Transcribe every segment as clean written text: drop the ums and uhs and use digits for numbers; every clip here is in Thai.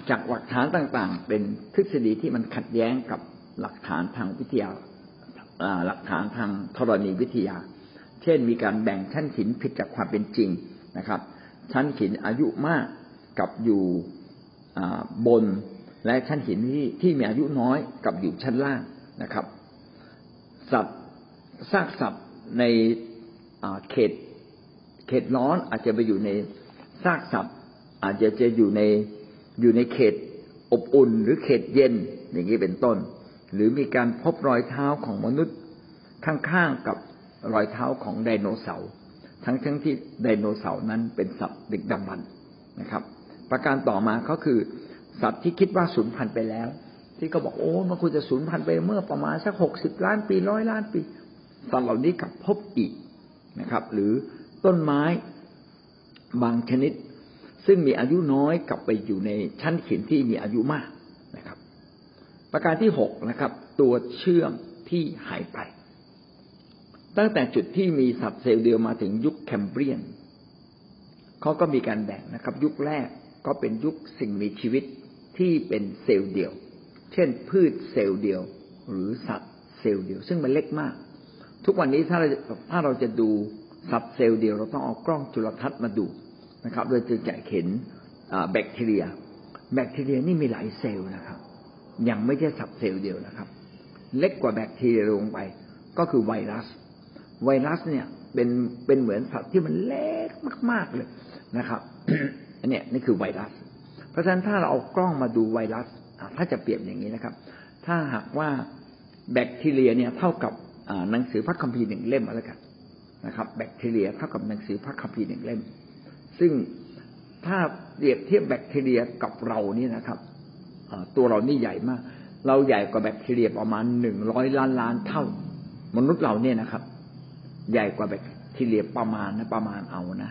จากหลักฐานต่างๆเป็นทฤษฎีที่มันขัดแย้งกับหลักฐานทางวิทยาหลักฐานทางธรณีวิทยาเช่นมีการแบ่งชั้นหินผิดจากความเป็นจริงนะครับชั้นหินอายุมากกับอยู่บนและชั้นหินที่มีอายุน้อยกับอยู่ชั้นล่างนะครับสัตว์ซากสัตว์ในเขตร้อนอาจจะไปอยู่ในซากสัตว์อาจจะอยู่ในเขตอบอุ่นหรือเขตเย็นอย่างนี้เป็นต้นหรือมีการพบรอยเท้าของมนุษย์ข้างๆกับรอยเท้าของไดโนเสาร์ทั้งที่ไดโนเสาร์นั้นเป็นสัตว์ดึกดำบรรพ์นะครับประการต่อมาก็คือสัตว์ที่คิดว่าสูญพันธุ์ไปแล้วที่ก็บอกโอ้มันควรจะสูญพันธุ์ไปเมื่อประมาณสัก60 ล้านปี100 ล้านปีสัตว์เหล่านี้กลับพบอีกนะครับหรือต้นไม้บางชนิดซึ่งมีอายุน้อยกลับไปอยู่ในชั้นหินที่มีอายุมากนะครับประการที่6นะครับตัวเชื่อมที่หายไปตั้งแต่จุดที่มีสัตว์เซลล์เดียวมาถึงยุคแคมเบรียนเขาก็มีการแบ่งนะครับยุคแรกก็เป็นยุคสิ่งมีชีวิตที่เป็นเซลล์เดียวเช่นพืชเซลล์เดียวหรือสัตว์เซลล์เดียวซึ่งมันเล็กมากทุกวันนี้ถ้าเราจะดูสัตว์เซลล์เดียวเราต้องเอากล้องจุลทรรศน์มาดูนะครับโดยจะเห็นแบคทีเรียนี่มีหลายเซลล์นะครับยังไม่ใช่สัตว์เซลล์เดียวนะครับเล็กกว่าแบคทีเรียลงไปก็คือไวรัสเนี่ยเป็นเหมือนสัตว์ที่มันเล็กมากๆเลยนะครับ อันนี้นี่คือไวรัสเพราะฉะนั้นถ้าเราเอากล้องมาดูไวรัสถ้าจะเปรียบอย่างนี้นะครับถ้าหากว่าแบคทีเรียเนี่ยเท่ากับหนังสือพระคัมภีร์1 เล่มแล้วกันนะครับแบคทีเรียเท่ากับหนังสือพระคัมภีร์1 เล่มซึ่งถ้าเปรียบเทียบแบคทีเรียกับเรานี่นะครับตัวเรานี่ใหญ่มากเราใหญ่กว่าแบคทีเรียประมาณ100 ล้านเท่ามนุษย์เราเนี่ยนะครับใหญ่กว่าแบคทีเรียประมาณเอานะ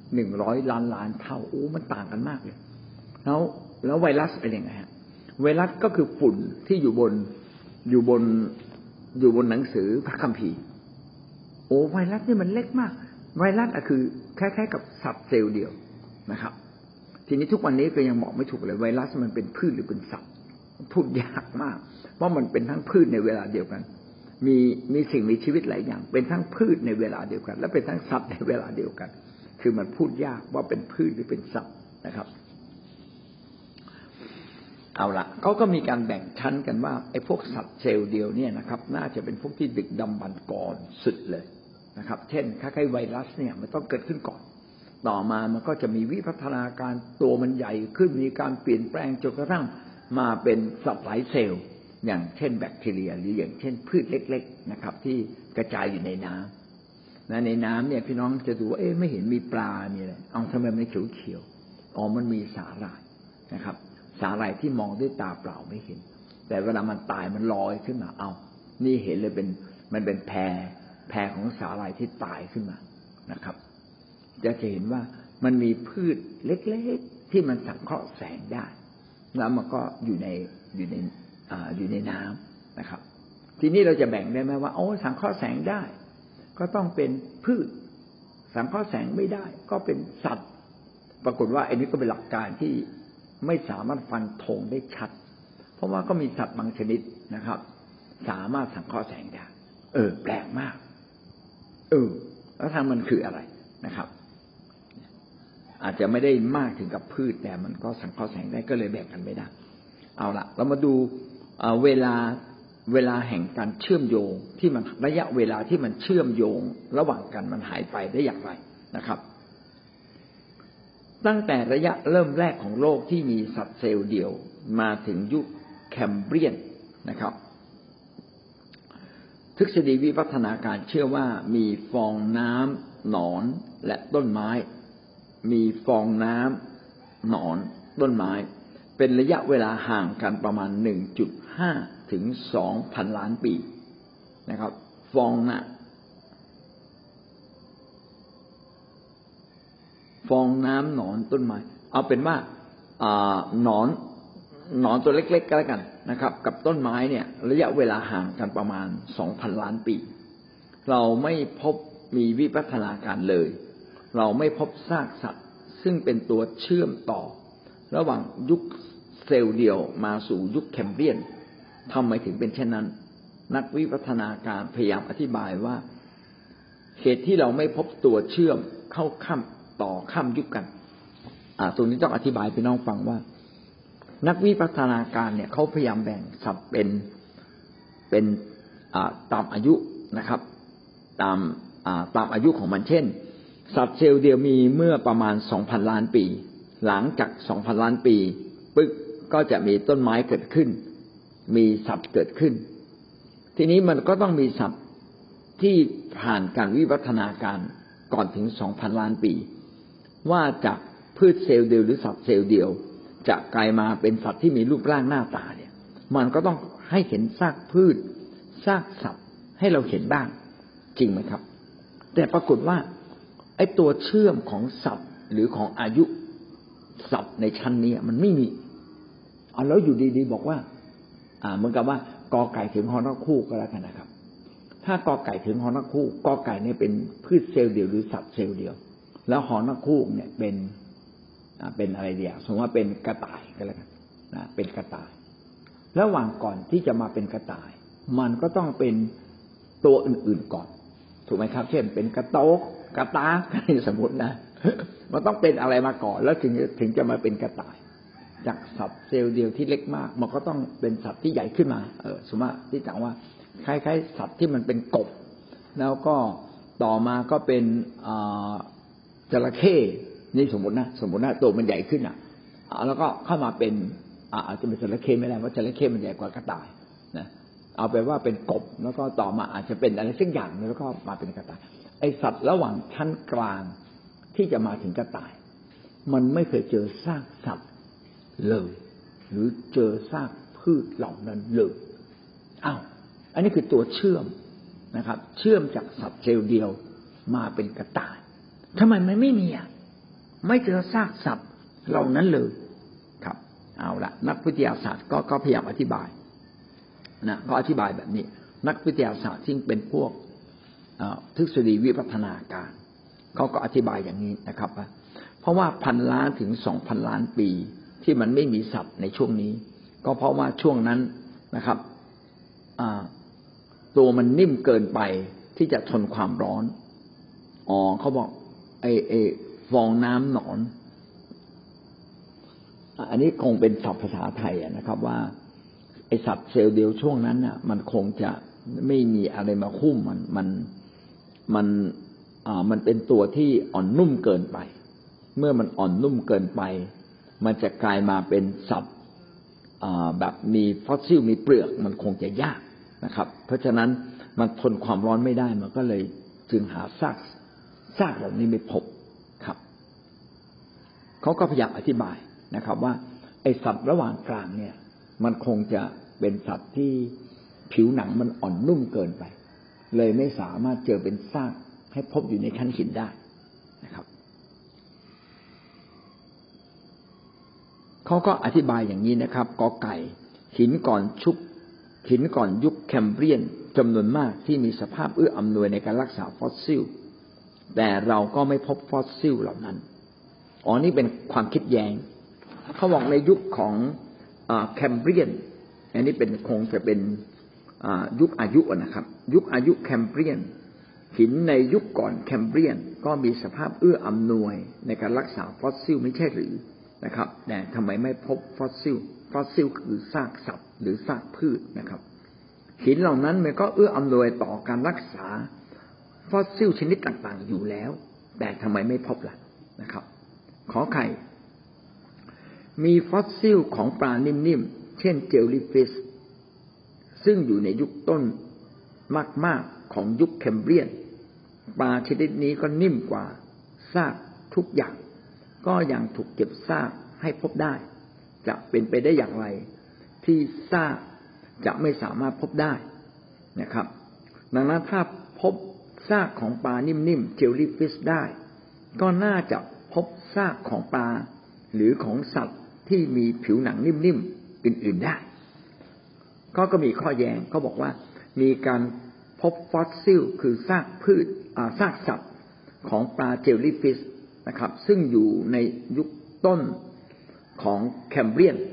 100 ล้านเท่าโอ้มันต่างกันมากเลยแล้วไวรัสเป็นยังไงฮะไวรัสก็คือฝุ่นที่อยู่บนหนังสือพระคัมภีร์โอ้ไวรัสนี่มันเล็กมากไวรัสคือคล้ายๆกับสัตว์เซลล์เดียวนะครับทีนี้ทุกวันนี้ก็ยังบอกไม่ถูกเลยไวรัสมันเป็นพืชหรือเป็นสัตว์พูดยากมากเพราะมันเป็นทั้งพืชในเวลาเดียวกันมีสิ่งมีชีวิตหลายอย่างเป็นทั้งพืชในเวลาเดียวกันและเป็นทั้งสัตว์ในเวลาเดียวกันคือมันพูดยากว่าเป็นพืชหรือเป็นสัตว์นะครับเอาละเขาก็มีการแบ่งชั้นกันว่าไอ้พวกสัตว์เซลล์เดียวเนี่ยนะครับน่าจะเป็นพวกที่ดึกดำบรรพ์ก่อนสุดเลยนะครับเช่นคล้ายๆไวรัสเนี่ยมันต้องเกิดขึ้นก่อนต่อมามันก็จะมีวิวัฒนาการตัวมันใหญ่ขึ้นมีการเปลี่ยนแปลงจนกระทั่งมาเป็นสัตว์หลายเซลล์อย่างเช่นแบคทีเรียหรืออย่างเช่นพืชเล็กๆนะครับที่กระจายอยู่ในน้ำในน้ำเนี่ยพี่น้องจะดูว่าไม่เห็นมีปลามีอะไรเอาทำไมมันเขียวๆมันมีสาหร่ายนะครับสาหร่ายที่มองด้วยตาเปล่าไม่เห็นแต่เวลามันตายมันลอยขึ้นมานี่เห็นเลยมันเป็นแพรของสาหร่ายที่ตายขึ้นมานะครับจะเห็นว่ามันมีพืชเล็กๆที่มันสังเคราะห์แสงได้แล้วมันก็อยู่ในน้ำนะครับทีนี้เราจะแบ่งได้ไหมว่าสังเคราะห์แสงได้ก็ต้องเป็นพืชสังเคราะห์แสงไม่ได้ก็เป็นสัตว์ปรากฏว่าอันนี้ก็เป็นหลักการที่ไม่สามารถฟันธงได้ชัดเพราะว่าก็มีสัตว์บางชนิดนะครับสามารถสังเคราะห์แสงได้แปลกมากแล้วทางมันคืออะไรนะครับอาจจะไม่ได้มากถึงกับพืชแต่มันก็สังเคราะห์แสงได้ก็เลยแบ่งกันไม่ได้เอาละเรามาดูเวลาแห่งการเชื่อมโยงที่มันระยะเวลาที่มันเชื่อมโยงระหว่างกันมันหายไปได้อย่างไรนะครับตั้งแต่ระยะเริ่มแรกของโลกที่มีสัตว์เซลล์เดียวมาถึงยุคแคมเบรียนนะครับทฤษฎีวิวัฒนาการเชื่อว่ามีฟองน้ำหนอนและต้นไม้มีฟองน้ำหนอนต้นไม้เป็นระยะเวลาห่างกันประมาณ 1.5 ถึง 2,000 ล้านปีนะครับฟองน้ำหนอนต้นไม้เอาเป็นว่าหนอนตัวเล็กๆก็แล้วกันนะครับกับต้นไม้เนี่ยระยะเวลาห่างกันประมาณ 2,000 ล้านปีเราไม่พบมีวิวัฒนาการเลยเราไม่พบซากสัตว์ซึ่งเป็นตัวเชื่อมต่อระหว่างยุคเซลล์เดียวมาสู่ยุคแคมเบรียนทำไมถึงเป็นเช่นนั้นนักวิวัฒนาการพยายามอธิบายว่าเหตุที่เราไม่พบตัวเชื่อมเข้าข้ามต่อข้ามยุคกันตรงนี้ต้องอธิบายพี่น้องฟังว่านักวิวัฒนาการเนี่ยเขาพยายามแบ่งสัตว์เป็นตามอายุนะครับตามอายุของมันเช่นสัตว์เซลล์เดียวมีเมื่อประมาณ 2,000 ล้านปีหลังจาก 2,000 ล้านปีปึ๊กก็จะมีต้นไม้เกิดขึ้นมีสัตว์เกิดขึ้นทีนี้มันก็ต้องมีสัตว์ที่ผ่านการวิวัฒนาการก่อนถึง 2,000 ล้านปีว่าจากพืชเซลล์เดียวหรือสัตว์เซลล์เดียวจะกลายมาเป็นสัตว์ที่มีรูปร่างหน้าตาเนี่ยมันก็ต้องให้เห็นซากพืชซากสัตว์ให้เราเห็นบ้างจริงไหมครับแต่ปรากฏว่าไอ้ตัวเชื่อมของสัตว์หรือของอายุสัตว์ในชั้นนี้มันไม่มีแล้วอยู่ดีๆบอกว่าเหมือนกับว่ากอไก่ถึงฮอนกคู่ก็แล้วกันนะครับถ้ากอไก่ถึงฮอนกคู่กอไก่เนี่ยเป็นพืชเซลล์เดียวหรือสัตว์เซลล์เดียวแล้วฮอนกคู่เนี่ยเป็นอะไรเดียวสมมติว่าเป็นกระต่ายก็แล้วกันนะเป็นกระต่ายระหว่างก่อนที่จะมาเป็นกระต่ายมันก็ต้องเป็นตัวอื่นๆก่อนถูกไหมครับเช่นเป็นกระโตกกระตากสมมตินะมันต้องเป็นอะไรมาก่อนแล้วถึงจะมาเป็นกระต่ายจากสัตว์เซลล์เดียวที่เล็กมากมันก็ต้องเป็นสัตว์ที่ใหญ่ขึ้นมาสมมติที่ต่างว่าคล้ายๆสัตว์ที่มันเป็นกบแล้วก็ต่อมาก็เป็นจระเข้นี่สมมตินะตัวมันใหญ่ขึ้นแล้วก็เข้ามาเป็นอาจจะเป็นจระเข้ไม่ได้เพราะจระเข้มันใหญ่กว่ากระต่ายนะเอาไปว่าเป็นกบแล้วก็ต่อมาอาจจะเป็นอะไรสักอย่างแล้วก็มาเป็นกระต่ายไอสัตว์ระหว่างชั้นกลางที่จะมาถึงกระต่ายมันไม่เคยเจอซากสัตว์เลยหรือเจอซากพืชเหล่านั้นเลยอันนี้คือตัวเชื่อมนะครับเชื่อมจากสัตว์เซลล์เดียวมาเป็นกระต่ายทำไมมันไม่มีไม่เจอซากสัตว์เหล่านั้นเลยครับเอาละนักวิทยาศาสตร์ก็พยายามอธิบายนะก็อธิบายแบบนี้นักวิทยาศาสตร์ที่เป็นพวกทฤษฎีวิวัฒนาการเขาก็อธิบายอย่างนี้นะครับเพราะว่า1,000 ล้านถึง 2,000 ล้านปีที่มันไม่มีสัตว์ในช่วงนี้ก็เพราะว่าช่วงนั้นนะครับตัวมันนิ่มเกินไปที่จะทนความร้อนเขาบอกไอฟองน้ำหนอนอันนี้คงเป็นศัพท์ภาษาไทยนะครับว่าไอสัตว์เซลล์เดียวช่วงนั้นน่ะมันคงจะไม่มีอะไรมาคุ้มมันเป็นตัวที่อ่อนนุ่มเกินไปเมื่อมันอ่อนนุ่มเกินไปมันจะกลายมาเป็นสัตว์แบบมีฟอสซิลมีเปลือกมันคงจะยากนะครับเพราะฉะนั้นมันทนความร้อนไม่ได้มันก็เลยจึงหาซากเหล่านี้ไม่พบครับเขาก็พยายามอธิบายนะครับว่าไอสัตว์ระหว่างกลางเนี่ยมันคงจะเป็นสัตว์ที่ผิวหนังมันอ่อนนุ่มเกินไปเลยไม่สามารถเจอเป็นซากให้พบอยู่ในชั้นหินได้นะครับเขาก็อธิบายอย่างนี้นะครับกอไก่หินก่อนยุคแคมเบรียนจำนวนมากที่มีสภาพเอื้ออำนวยในการรักษาฟอสซิลแต่เราก็ไม่พบฟอสซิลเหล่านั้นนี่เป็นความคิดแย้งเขาบอกในยุคของแคมเบรียนอันนี้คงจะเป็นยุคอายุนะครับยุคอายุแคมเบรียนหินในยุคก่อนแคมเบรียนก็มีสภาพเอื้ออำนวยในการรักษาฟอสซิลไม่ใช่หรือนะครับแต่ทำไมไม่พบฟอสซิลคือซากสัตว์หรือซากพืชนะครับหินเหล่านั้นมันก็เอื้ออำนวยต่อการรักษาฟอสซิลชนิดต่างๆอยู่แล้วแต่ทำไมไม่พบล่ะนะครับขอไข่มีฟอสซิลของปลานิ่มๆเช่นเจลลี่ฟิชซึ่งอยู่ในยุคต้นมากๆของยุคแคมเบรียนปลาชนิดนี้ก็นิ่มกว่าซากทุกอย่างก็ยังถูกเก็บซากให้พบได้จะเป็นไปได้อย่างไรที่ซากจะไม่สามารถพบได้นะครับดังนั้นถ้าพบซากของปลานิ่มๆเจลลี่ฟิชได้ก็น่าจะพบซากของปลาหรือของสัตว์ที่มีผิวหนังนิ่มๆอื่นๆได้ก็มีข้อแย้งเขาบอกว่ามีการพบฟอสซิลคือซากพืชซากสัตว์ของปลาเจลลี่ฟิชนะครับซึ่งอยู่ในยุคต้นของแคมเบรียน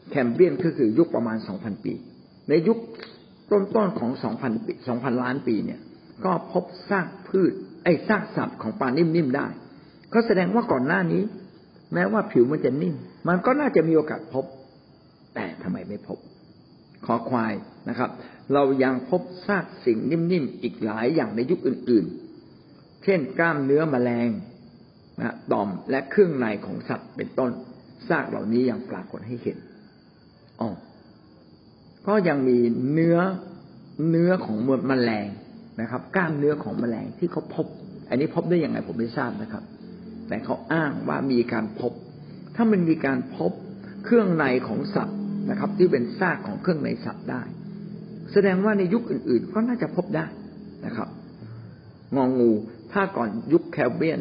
แคมเบรียนก็คือยุคประมาณ 2,000 ปีในยุคต้นๆของ 2,000 ล้านปีเนี่ยก็พบซากพืชซากสัตว์ของปลานิ่มๆได้ก็แสดงว่าก่อนหน้านี้แม้ว่าผิวมันจะนิ่มมันก็น่าจะมีโอกาสพบแต่ทำไมไม่พบคอควายนะครับเรายังพบซากสิ่งนิ่มๆอีกหลายอย่างในยุคอื่นๆเช่นกล้ามเนื้อแมลงต่อมและเครื่องในของสัตว์เป็นต้นซากเหล่านี้ยังปรากฏให้เห็นก็ยังมีเนื้อของแมลงนะครับกล้ามเนื้อของแมลงที่เขาพบอันนี้พบได้ยังไงผมไม่ทราบนะครับแต่เขาอ้างว่ามีการพบถ้ามันมีการพบเครื่องในของสัตว์นะครับที่เป็นซากของเครื่องในสัตว์ได้แสดงว่าในยุคอื่นๆก็น่าจะพบได้นะครับงองูถ้าก่อนยุคแคมเบรียน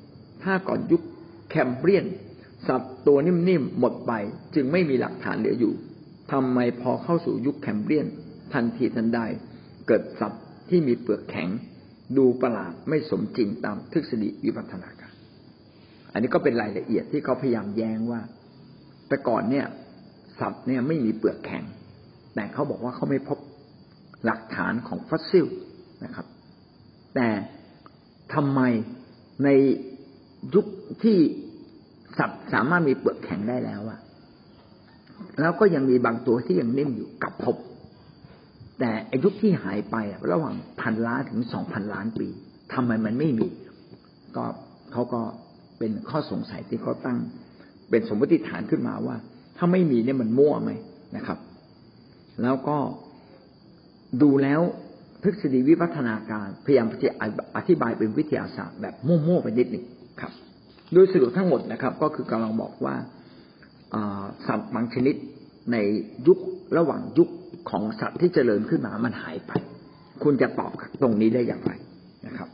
สัตว์ตัวนิ่มๆหมดไปจึงไม่มีหลักฐานเหลืออยู่ทำไมพอเข้าสู่ยุคแคมเบรียนทันทีทันใดเกิดสัตว์ที่มีเปลือกแข็งดูประหลาดไม่สมจริงตามทฤษฎีวิวัฒนาการอันนี้ก็เป็นรายละเอียดที่เขาพยายามแย้งว่าแต่ก่อนเนี่ยสัตว์เนี่ยไม่มีเปลือกแข็งแต่เขาบอกว่าเขาไม่พบหลักฐานของฟอสซิลนะครับแต่ทำไมในยุคที่สัตว์สามารถมีเปลือกแข็งได้แล้วแล้วก็ยังมีบางตัวที่ยังนิ่มอยู่กับพบแต่อายุคที่หายไประหว่าง1,000 ล้านถึง 2,000 ล้านปีทำไมมันไม่มีก็เขาก็เป็นข้อสงสัยที่เขาตั้งเป็นสมมติฐานขึ้นมาว่าถ้าไม่มีเนี่ยมันมั่วไหมนะครับแล้วก็ดูแล้วทฤษฎีวิวัฒนาการพยายามจะอธิบายเป็นวิทยาศาสตร์แบบมั่วๆไปนิดนึงครับโดยสรุปทั้งหมดนะครับก็คือกำลังบอกว่าสัตว์บางชนิดในยุคระหว่างยุคของสัตว์ที่เจริญขึ้นมามันหายไปคุณจะตอบตรงนี้ได้อย่างไรนะครับ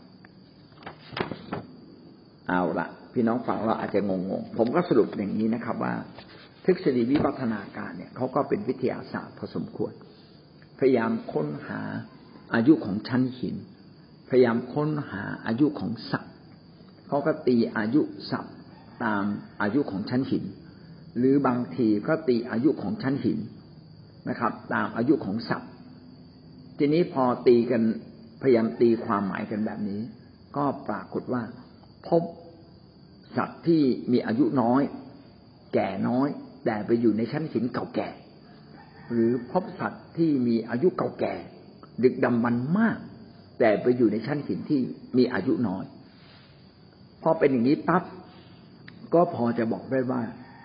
เอาละพี่น้องฟังเราอาจจะงงๆผมก็สรุปอย่างนี้นะครับว่าทฤษฎีวิวัฒนาการเนี่ยเขาก็เป็นวิทยาศาสตร์พอสมควรพยายามค้นหาอายุของชั้นหินพยายามค้นหาอายุของสัตว์เขาก็ตีอายุสัตว์ตามอายุของชั้นหินหรือบางทีก็ตีอายุของชั้นหินนะครับตามอายุของสัตว์ทีนี้พอตีกันพยายามตีความหมายกันแบบนี้ก็ปรากฏว่าพบสัตว์ที่มีอายุน้อยแก่น้อยแต่ไปอยู่ในชั้นหินเก่าแก่หรือพบสัตว์ที่มีอายุเก่าแก่ดึกดำบรรพ์มากแต่ไปอยู่ในชั้นหินที่มีอายุน้อยพอเป็นอย่างนี้ปั๊บก็พอจะบอกได้ว่า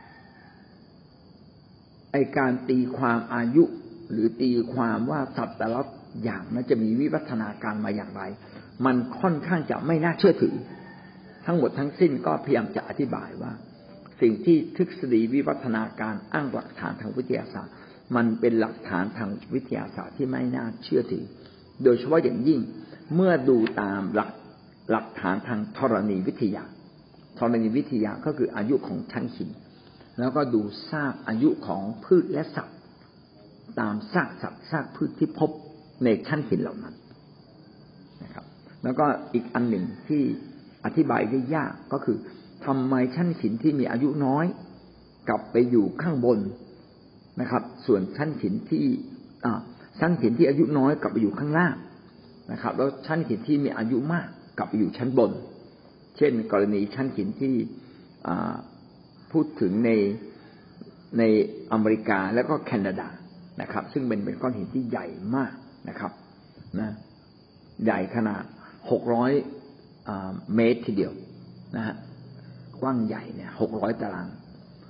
การตีความอายุหรือตีความว่าสัตว์แต่ละอย่างนั้นจะมีวิวัฒนาการมาอย่างไรมันค่อนข้างจะไม่น่าเชื่อถือทั้งหมดทั้งสิ้นก็พยายามจะอธิบายว่าสิ่งที่ทฤษฎีวิวัฒนาการอ้างหลักฐานทางวิทยาศาสตร์มันเป็นหลักฐานทางวิทยาศาสตร์ที่ไม่น่าเชื่อถือโดยเฉพาะอย่างยิ่งเมื่อดูตามหลักฐานทางธรณีวิทยาก็คืออายุของชั้นหินแล้วก็ดูซากอายุของพืชและสัตว์ตามซากสัตว์ซากพืชที่พบในชั้นหินเหล่านั้นนะครับแล้วก็อีกอันหนึ่งที่อธิบายได้ยากก็คือทำไมชั้นหินที่มีอายุน้อยกลับไปอยู่ข้างบนนะครับส่วนชั้นหินที่อายุน้อยกลับไปอยู่ข้างล่างนะครับแล้วชั้นหินที่มีอายุมากกลับไปอยู่ชั้นบนเช่นกรณีชั้นหินที่พูดถึงในอเมริกาแล้วก็แคนาดานะครับซึ่งเป็นก้อนหินที่ใหญ่มากนะครับนะใหญ่ขนาด600เมตรทีเดียวนะฮะกว้างใหญ่เนี่ย600 ตาราง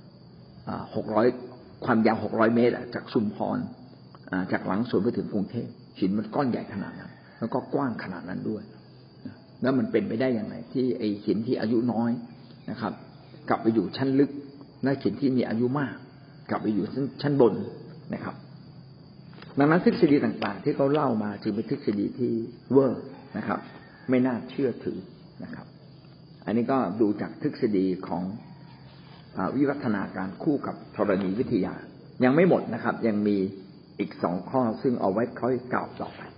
600ความยาว600 เมตรจากชุมพรจากหลังสวนไปถึงกรุงเทพหินมันก้อนใหญ่ขนาดนั้นแล้วก็กว้างขนาดนั้นด้วยแล้วมันเป็นไปได้อย่างไรที่ไอ้หินที่อายุน้อยนะครับกลับไปอยู่ชั้นลึกและหินที่มีอายุมากกลับไปอยู่ชั้นบนนะครับดังนั้นทฤษฎีต่างๆที่เขาเล่ามาจึงเป็นทฤษฎีที่เวอร์นะครับไม่น่าเชื่อถือนะครับอันนี้ก็ดูจากทฤษฎีของวิวัฒนาการคู่กับธรณีวิทยายังไม่หมดนะครับยังมีอีก2 ข้อซึ่งเอาไว้ค่อยกล่าวต่อไป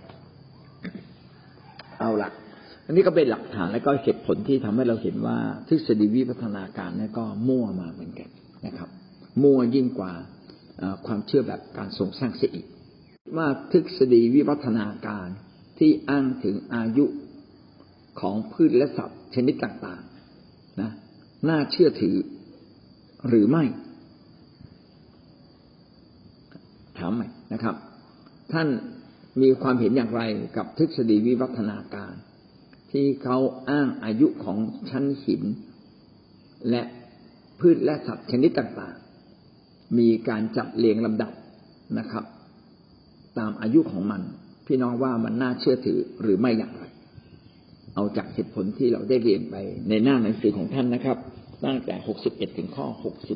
เอาล่ะอันนี้ก็เป็นหลักฐานและก็เหตุผลที่ทำให้เราเห็นว่าทฤษฎีวิวัฒนาการนี่ก็มั่วมาเหมือนกันนะครับมั่วยิ่งกว่าความเชื่อแบบการทรงสร้างเสียอีกว่าทฤษฎีวิวัฒนาการที่อ้างถึงอายุของพืชและสัตว์ชนิดต่างๆนะน่าเชื่อถือหรือไม่ถามใหม่นะครับท่านมีความเห็นอย่างไรกับทฤษฎีวิวัฒนาการที่เขาอ้างอายุของชั้นหินและพืชและสัตว์ชนิดต่างๆมีการจัดเรียงลำดับนะครับตามอายุของมันพี่น้องว่ามันน่าเชื่อถือหรือไม่อย่างไรเอาจากเหตุผลที่เราได้เรียนไปในหน้าหนังสือของท่านนะครับตั้งแต่61ถึงข้อ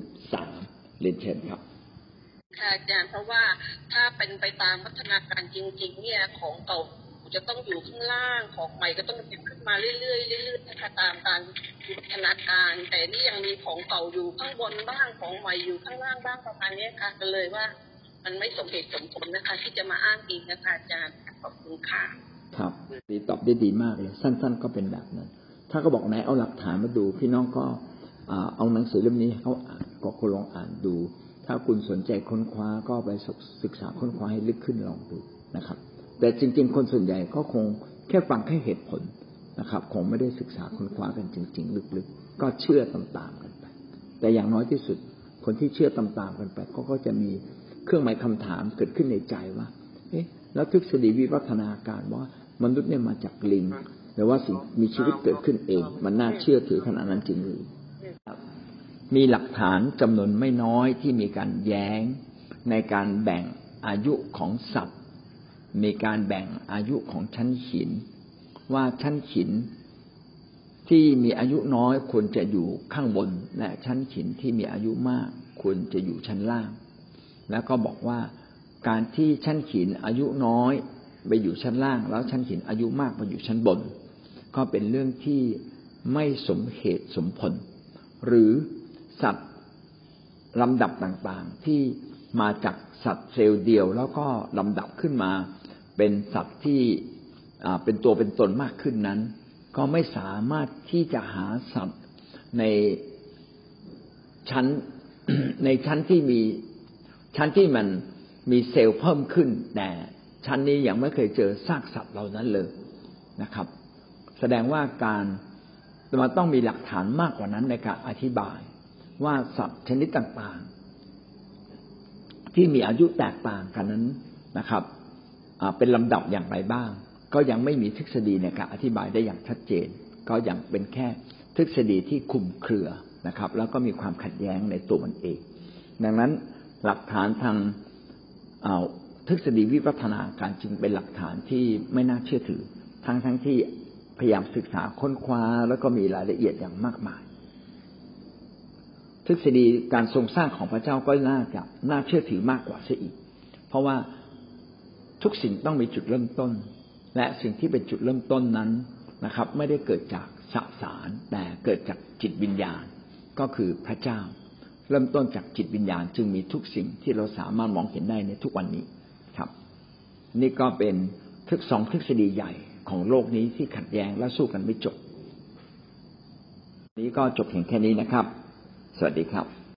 63เรียนเชิญครับค่ะอาจารย์เพราะว่าถ้าเป็นไปตามพัฒนาการจริงๆเนี่ยของเก่าจะต้องอยู่ข้างล่างของใหม่ก็ต้องขึ้นมาเรื่อยๆเรื่อยๆนะคะตามการพัฒนาการแต่นี่ยังมีของเก่าอยู่ข้างบนบ้างของใหม่อยู่ข้างล่างบ้างประมาณนี้ค่ะก็เลยว่ามันไม่สมเหตุสมผลนะคะที่จะมาอ้างอิงนะคะอาจารย์ขอบคุณค่ะครับดีตอบได้ดีมากเลยสั้นๆก็เป็นแบบนั้นถ้าก็บอกไหนเอาหลักฐานมาดูพี่น้องก็เอาหนังสือเล่มนี้เขาอ่านก็คุณลองอ่านดูถ้าคุณสนใจค้นคว้าก็ไปศึกษาค้นคว้าให้ลึกขึ้นลองดูนะครับแต่จริงๆคนส่วนใหญ่ก็คงแค่ฟังแค่เหตุผลนะครับคงไม่ได้ศึกษาค้นคว้ากันจริงๆลึกๆก็เชื่อตามๆกันไปแต่อย่างน้อยที่สุดคนที่เชื่อตามๆกันไปก็จะมีเครื่องหมายคำถามเกิดขึ้นในใจว่าเอ๊ะแล้วทฤษฎีวิวัฒนาการว่ามนุษย์เนี่ยมาจากลิงหรือว่าสิ่งมีชีวิตเกิดขึ้นเองมันน่าเชื่อถือขนาดนั้นจริงหรือมีหลักฐานจำนวนไม่น้อยที่มีการแย้งในการแบ่งอายุของสัตว์มีการแบ่งอายุของชั้นหินว่าชั้นหินที่มีอายุน้อยควรจะอยู่ข้างบนและชั้นหินที่มีอายุมากควรจะอยู่ชั้นล่างแล้วก็บอกว่าการที่ชั้นหินอายุน้อยไปอยู่ชั้นล่างแล้วชั้นหินอายุมากไปอยู่ชั้นบนก็เป็นเรื่องที่ไม่สมเหตุสมผลหรือสัตว์ลำดับต่างๆที่มาจากสัตว์เซลล์เดียวแล้วก็ลำดับขึ้นมาเป็นสัตว์ที่เป็นตัวเป็นตนมากขึ้นนั้นก็ไม่สามารถที่จะหาสัตว์ในชั้นที่มีชั้นที่มันมีเซลล์เพิ่มขึ้นแต่ชั้นนี้ยังไม่เคยเจอซากสัตว์เหล่านั้นเลยนะครับแสดงว่ามันต้องมีหลักฐานมากกว่านั้นในการอธิบายว่าสัตว์ชนิดต่างๆที่มีอายุแตกต่างกันนั้นนะครับเป็นลำดับอย่างไรบ้างก็ยังไม่มีทฤษฎีในการอธิบายได้อย่างชัดเจนก็ยังเป็นแค่ทฤษฎีที่คลุมเครือนะครับแล้วก็มีความขัดแย้งในตัวมันเองดังนั้นหลักฐานทางทฤษฎีวิวัฒนาการจึงเป็นหลักฐานที่ไม่น่าเชื่อถือทั้งที่พยายามศึกษาค้นคว้าแล้วก็มีรายละเอียดอย่างมากมายทฤษฎีการทรงสร้างของพระเจ้าก็น่าเชื่อถือมากกว่าเสียอีกเพราะว่าทุกสิ่งต้องมีจุดเริ่มต้นและสิ่งที่เป็นจุดเริ่มต้นนั้นนะครับไม่ได้เกิดจากสสารแต่เกิดจากจิตวิญญาณก็คือพระเจ้าเริ่มต้นจากจิตวิญญาณจึงมีทุกสิ่งที่เราสามารถมองเห็นได้ในทุกวันนี้ครับนี่ก็เป็นสองทฤษฎีใหญ่ของโลกนี้ที่ขัดแย้งและสู้กันไม่จบนี้ก็จบเพียงแค่นี้นะครับสวัสดีครับ